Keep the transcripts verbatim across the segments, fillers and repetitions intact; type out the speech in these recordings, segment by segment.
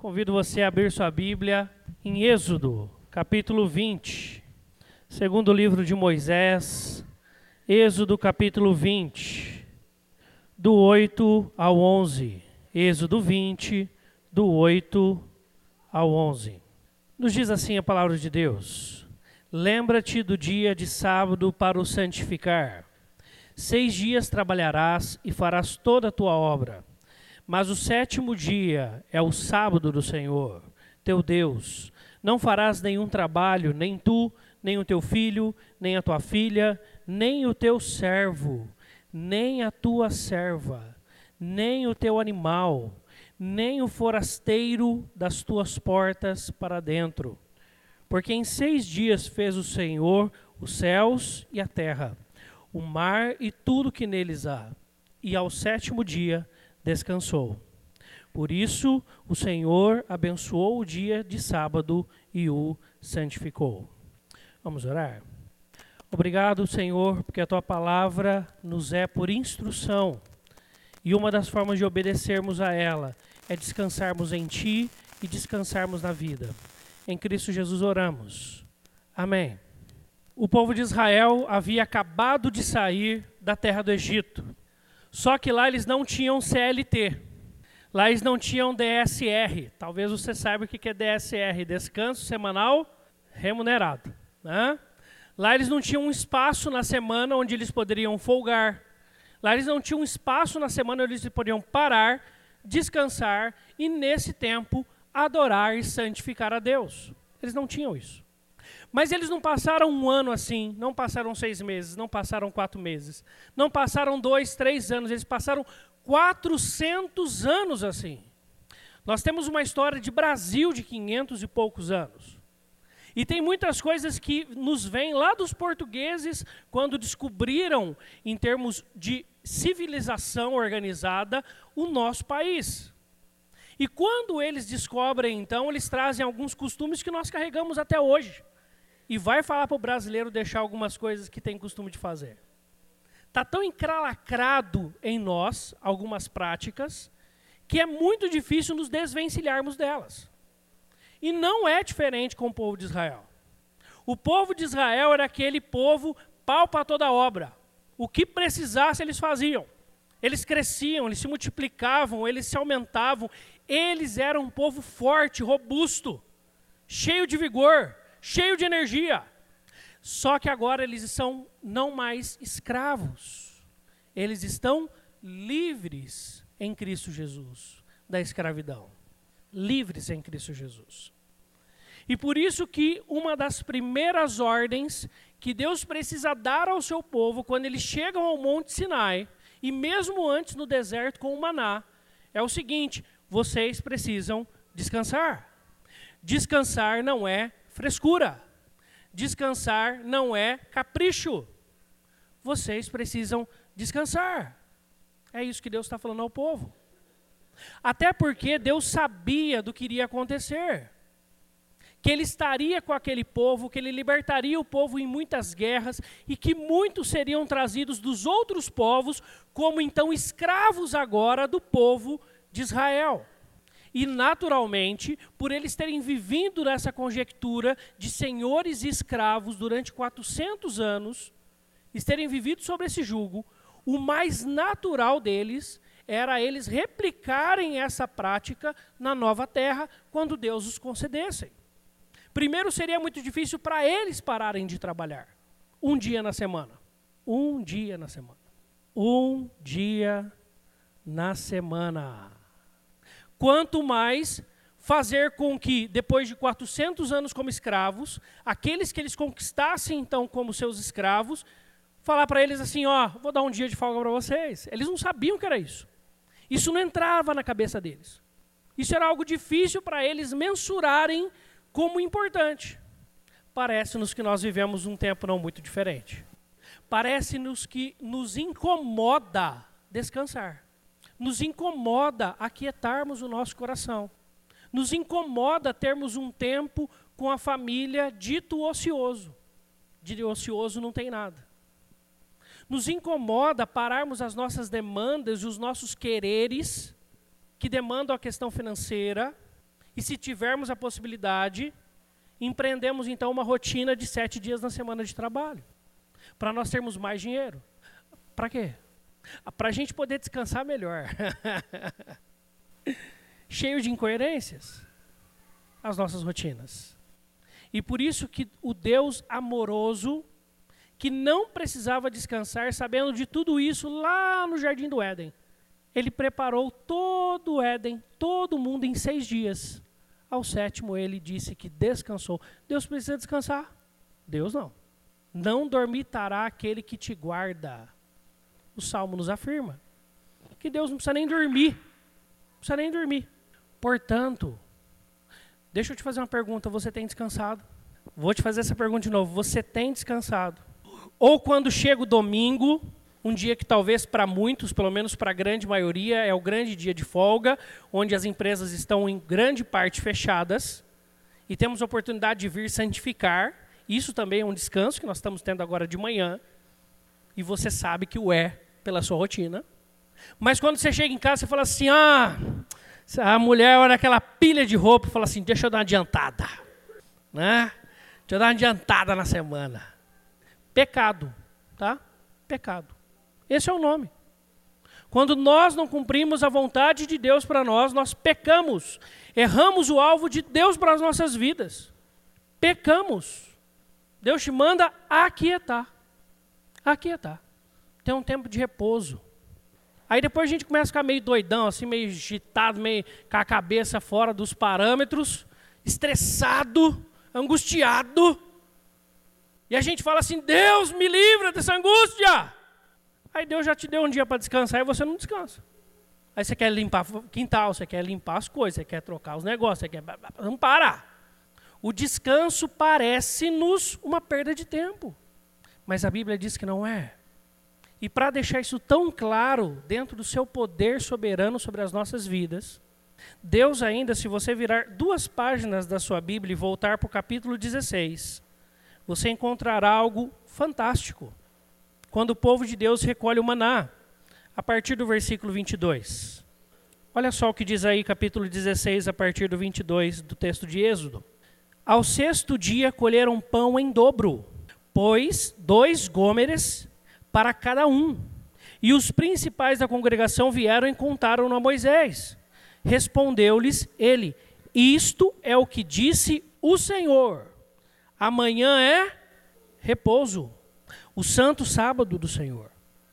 Convido você a abrir sua Bíblia em Êxodo, capítulo vinte, segundo livro de Moisés, Êxodo capítulo vinte, do oito ao onze. Êxodo vinte, do oito ao onze. Nos diz assim a palavra de Deus: lembra-te do dia de sábado para o santificar. Seis dias trabalharás e farás toda a tua obra. Mas o sétimo dia é o sábado do Senhor, teu Deus. Não farás nenhum trabalho, nem tu, nem o teu filho, nem a tua filha, nem o teu servo, nem a tua serva, nem o teu animal, nem o forasteiro das tuas portas para dentro. Porque em seis dias fez o Senhor os céus e a terra, o mar e tudo que neles há, e ao sétimo dia descansou. Por isso, o Senhor abençoou o dia de sábado e o santificou. Vamos orar? Obrigado, Senhor, porque a Tua palavra nos é por instrução. E uma das formas de obedecermos a ela é descansarmos em Ti e descansarmos na vida. Em Cristo Jesus oramos. Amém. O povo de Israel havia acabado de sair da terra do Egito. Só que lá eles não tinham C L T, lá eles não tinham D S R. Talvez você saiba o que é D S R, descanso semanal remunerado, né? Lá eles não tinham um espaço na semana onde eles poderiam folgar. Lá eles não tinham um espaço na semana onde eles poderiam parar, descansar e nesse tempo adorar e santificar a Deus. Eles não tinham isso. Mas eles não passaram um ano assim, não passaram seis meses, não passaram quatro meses, não passaram dois, três anos, eles passaram quatrocentos anos assim. Nós temos uma história de Brasil de quinhentos e poucos anos. E tem muitas coisas que nos vêm lá dos portugueses quando descobriram, em termos de civilização organizada, o nosso país. E quando eles descobrem, então, eles trazem alguns costumes que nós carregamos até hoje. E vai falar para o brasileiro deixar algumas coisas que tem costume de fazer. Está tão encralacrado em nós, algumas práticas, que é muito difícil nos desvencilharmos delas. E não é diferente com o povo de Israel. O povo de Israel era aquele povo pau para toda obra. O que precisasse eles faziam. Eles cresciam, eles se multiplicavam, eles se aumentavam. Eles eram um povo forte, robusto, cheio de vigor, cheio de energia. Só que agora eles são não mais escravos. Eles estão livres em Cristo Jesus da escravidão. Livres em Cristo Jesus. E por isso que uma das primeiras ordens que Deus precisa dar ao seu povo quando eles chegam ao Monte Sinai, e mesmo antes no deserto com o maná, é o seguinte: vocês precisam descansar. Descansar não é frescura. Descansar não é capricho. Vocês precisam descansar. É isso que Deus está falando ao povo. Até porque Deus sabia do que iria acontecer. Que Ele estaria com aquele povo, que Ele libertaria o povo em muitas guerras e que muitos seriam trazidos dos outros povos como então escravos agora do povo de Israel. E naturalmente, por eles terem vivido nessa conjectura de senhores e escravos durante quatrocentos anos, eles terem vivido sobre esse jugo, o mais natural deles era eles replicarem essa prática na nova terra quando Deus os concedesse. Primeiro seria muito difícil para eles pararem de trabalhar. Um dia na semana. Um dia na semana. Um dia na semana. Quanto mais fazer com que, depois de quatrocentos anos como escravos, aqueles que eles conquistassem então como seus escravos, falar para eles assim, ó, vou dar um dia de folga para vocês. Eles não sabiam que era isso. Isso não entrava na cabeça deles. Isso era algo difícil para eles mensurarem como importante. Parece-nos que nós vivemos um tempo não muito diferente. Parece-nos que nos incomoda descansar. Nos incomoda aquietarmos o nosso coração. Nos incomoda termos um tempo com a família dito ocioso. De ocioso não tem nada. Nos incomoda pararmos as nossas demandas e os nossos quereres, que demandam a questão financeira, E se tivermos a possibilidade, empreendemos então uma rotina de sete dias na semana de trabalho. Para nós termos mais dinheiro. Para quê? Para a gente poder descansar melhor. Cheio de incoerências, as nossas rotinas. E por isso que o Deus amoroso, que não precisava descansar, sabendo de tudo isso lá no Jardim do Éden, ele preparou todo o Éden, todo o mundo em seis dias. Ao sétimo ele disse que descansou. Deus precisa descansar? Deus não. Não dormitará aquele que te guarda. O Salmo nos afirma que Deus não precisa nem dormir. Não precisa nem dormir. Portanto, deixa eu te fazer uma pergunta. Você tem descansado? Vou te fazer essa pergunta de novo. Você tem descansado? Ou quando chega o domingo, um dia que talvez para muitos, pelo menos para a grande maioria, é o grande dia de folga, onde as empresas estão em grande parte fechadas, e temos a oportunidade de vir santificar. Isso também é um descanso que nós estamos tendo agora de manhã, e você sabe que o é pela sua rotina. Mas quando você chega em casa, você fala assim, ah, a mulher olha aquela pilha de roupa e fala assim, deixa eu dar uma adiantada, né? Deixa eu dar uma adiantada na semana. Pecado, tá? Pecado. Esse é o nome. Quando nós não cumprimos a vontade de Deus para nós, nós pecamos. Erramos o alvo de Deus para as nossas vidas. Pecamos. Deus te manda aquietar. Aquietar. Tem um tempo de repouso. Aí depois a gente começa a ficar meio doidão, assim, meio agitado, meio com a cabeça fora dos parâmetros, estressado, angustiado. E a gente fala assim, Deus me livra dessa angústia. Aí Deus já te deu um dia para descansar e você não descansa. Aí você quer limpar o quintal, você quer limpar as coisas, você quer trocar os negócios, você quer... Vamos parar. O descanso parece-nos uma perda de tempo. Mas a Bíblia diz que não é. E para deixar isso tão claro dentro do seu poder soberano sobre as nossas vidas, Deus ainda, se você virar duas páginas da sua Bíblia e voltar para o capítulo dezesseis, você encontrará algo fantástico. Quando o povo de Deus recolhe o maná, a partir do versículo vinte e dois. Olha só o que diz aí, capítulo dezesseis, a partir do vinte e dois do texto de Êxodo. Ao sexto dia colheram pão em dobro, pois dois gômeres para cada um. E os principais da congregação vieram e contaram a Moisés. Respondeu-lhes ele, isto é o que disse o Senhor. Amanhã é repouso, o santo sábado do Senhor.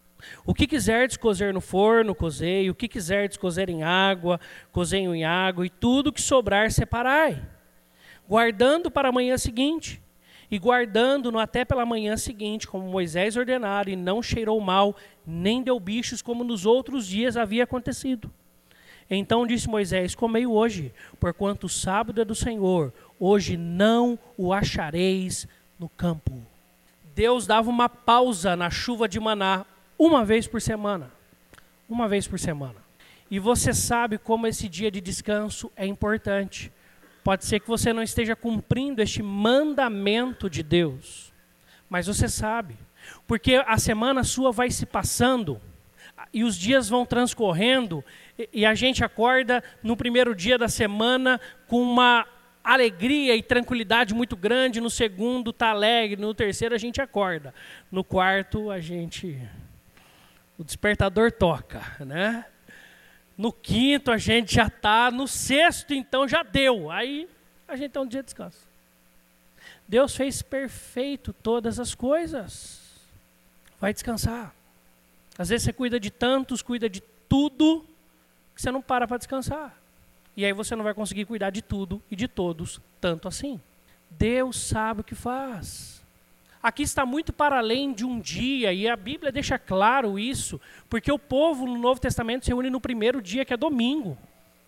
O que quiserdes cozer no forno, cozei. O que quiserdes cozer em água, cozei em água. E tudo que sobrar, separai. Guardando para a manhã seguinte. E guardando-no até pela manhã seguinte, como Moisés ordenara, e não cheirou mal, nem deu bichos, como nos outros dias havia acontecido. Então disse Moisés, comei hoje, porquanto o sábado é do Senhor, hoje não o achareis no campo. Deus dava uma pausa na chuva de maná, uma vez por semana. Uma vez por semana. E você sabe como esse dia de descanso é importante. Pode ser que você não esteja cumprindo este mandamento de Deus, mas você sabe, porque a semana sua vai se passando, e os dias vão transcorrendo, e, e a gente acorda no primeiro dia da semana com uma alegria e tranquilidade muito grande, no segundo está alegre, no terceiro a gente acorda, no quarto a gente, o despertador toca, né? No quinto a gente já está, no sexto então já deu, aí a gente tem um dia de descanso. Deus fez perfeito todas as coisas, vai descansar. Às vezes você cuida de tantos, cuida de tudo, que você não para para descansar. E aí você não vai conseguir cuidar de tudo e de todos, tanto assim. Deus sabe o que faz. Aqui está muito para além de um dia, e a Bíblia deixa claro isso, porque o povo no Novo Testamento se reúne no primeiro dia, que é domingo.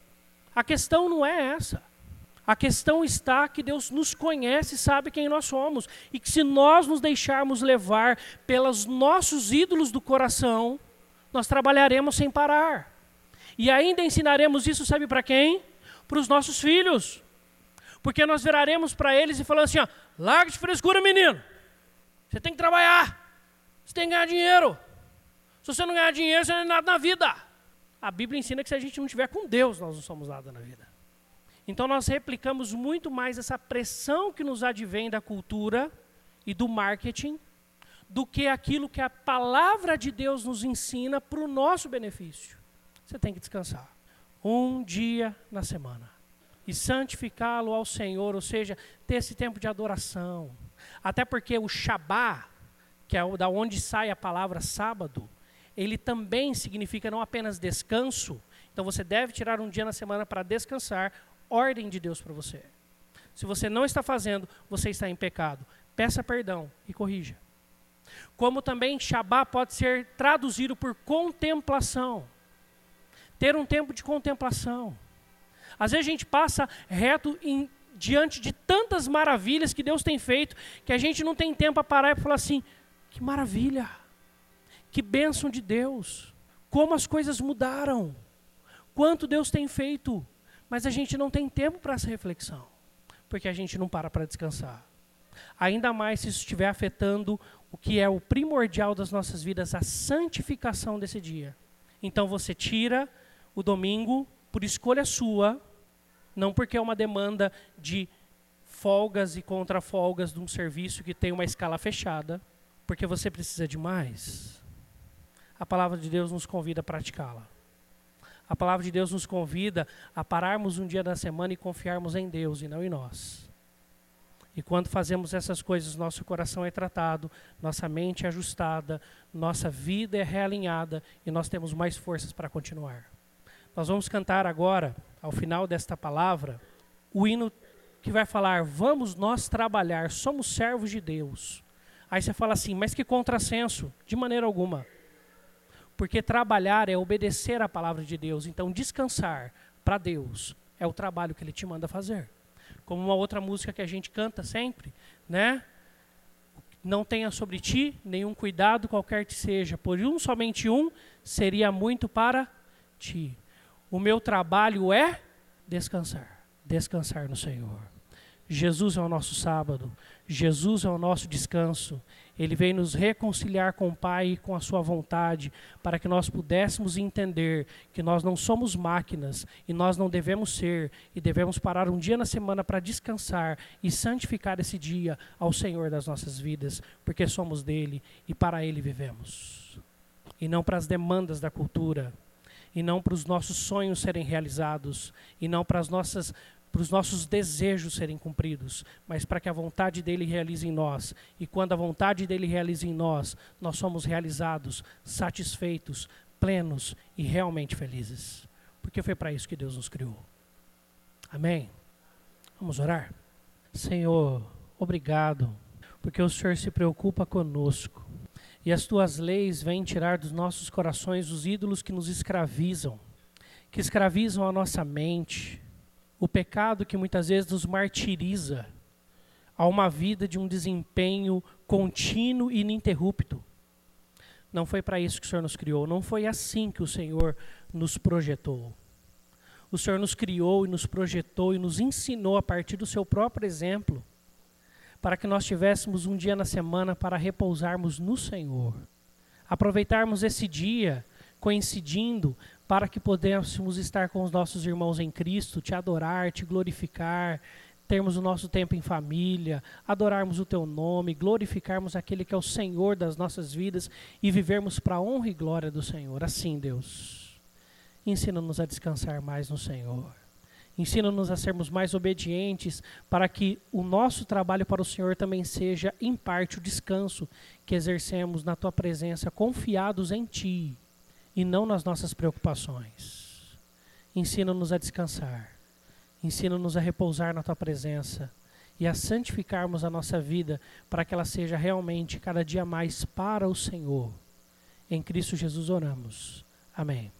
A questão não é essa. A questão está que Deus nos conhece e sabe quem nós somos, e que se nós nos deixarmos levar pelos nossos ídolos do coração, nós trabalharemos sem parar. E ainda ensinaremos isso, sabe para quem? Para os nossos filhos. Porque nós viraremos para eles e falamos assim, ó, larga de frescura, menino. Você tem que trabalhar, você tem que ganhar dinheiro. Se você não ganhar dinheiro, você não é nada na vida. A Bíblia ensina que se a gente não estiver com Deus, nós não somos nada na vida. Então nós replicamos muito mais essa pressão que nos advém da cultura e do marketing, do que aquilo que a palavra de Deus nos ensina para o nosso benefício. Você tem que descansar. Um dia na semana. E santificá-lo ao Senhor, ou seja, ter esse tempo de adoração. Até porque o Shabá, que é da onde sai a palavra sábado, ele também significa não apenas descanso. Então você deve tirar um dia na semana para descansar, ordem de Deus para você. Se você não está fazendo, você está em pecado. Peça perdão e corrija. Como também Shabá pode ser traduzido por contemplação. Ter um tempo de contemplação. Às vezes a gente passa reto em, diante de tantas maravilhas que Deus tem feito, que a gente não tem tempo para parar e falar assim, que maravilha, que bênção de Deus, como as coisas mudaram, quanto Deus tem feito, mas a gente não tem tempo para essa reflexão, porque a gente não para para descansar. Ainda mais se isso estiver afetando o que é o primordial das nossas vidas, a santificação desse dia. Então você tira o domingo por escolha sua, não porque é uma demanda de folgas e contrafolgas de um serviço que tem uma escala fechada, porque você precisa de mais. A palavra de Deus nos convida a praticá-la. A palavra de Deus nos convida a pararmos um dia da semana e confiarmos em Deus e não em nós. E quando fazemos essas coisas, nosso coração é tratado, nossa mente é ajustada, nossa vida é realinhada e nós temos mais forças para continuar. Nós vamos cantar agora, ao final desta palavra, o hino que vai falar, vamos nós trabalhar, somos servos de Deus. Aí você fala assim, mas que contrassenso? De maneira alguma. Porque trabalhar é obedecer à palavra de Deus, então descansar para Deus é o trabalho que Ele te manda fazer. Como uma outra música que a gente canta sempre, né? Não tenha sobre ti nenhum cuidado qualquer que seja, por um somente um seria muito para ti. O meu trabalho é descansar, descansar no Senhor. Jesus é o nosso sábado, Jesus é o nosso descanso. Ele veio nos reconciliar com o Pai e com a sua vontade, para que nós pudéssemos entender que nós não somos máquinas e nós não devemos ser, e devemos parar um dia na semana para descansar e santificar esse dia ao Senhor das nossas vidas, porque somos dele e para ele vivemos. E não para as demandas da cultura, e não para os nossos sonhos serem realizados, e não para as nossas para os nossos desejos serem cumpridos, mas para que a vontade dele realize em nós. E quando a vontade dele realiza em nós, nós somos realizados, satisfeitos, plenos e realmente felizes. Porque foi para isso que Deus nos criou. Amém? Vamos orar? Senhor, obrigado, porque o Senhor se preocupa conosco. E as tuas leis vêm tirar dos nossos corações os ídolos que nos escravizam, que escravizam a nossa mente, o pecado que muitas vezes nos martiriza a uma vida de um desempenho contínuo e ininterrupto. Não foi para isso que o Senhor nos criou, não foi assim que o Senhor nos projetou. O Senhor nos criou e nos projetou e nos ensinou a partir do seu próprio exemplo, para que nós tivéssemos um dia na semana para repousarmos no Senhor. Aproveitarmos esse dia coincidindo para que pudéssemos estar com os nossos irmãos em Cristo, te adorar, te glorificar, termos o nosso tempo em família, adorarmos o teu nome, glorificarmos aquele que é o Senhor das nossas vidas e vivermos para a honra e glória do Senhor. Assim, Deus, ensina-nos a descansar mais no Senhor. Ensina-nos a sermos mais obedientes para que o nosso trabalho para o Senhor também seja, em parte, o descanso que exercemos na tua presença, confiados em ti e não nas nossas preocupações. Ensina-nos a descansar. Ensina-nos a repousar na tua presença e a santificarmos a nossa vida para que ela seja realmente cada dia mais para o Senhor. Em Cristo Jesus oramos. Amém.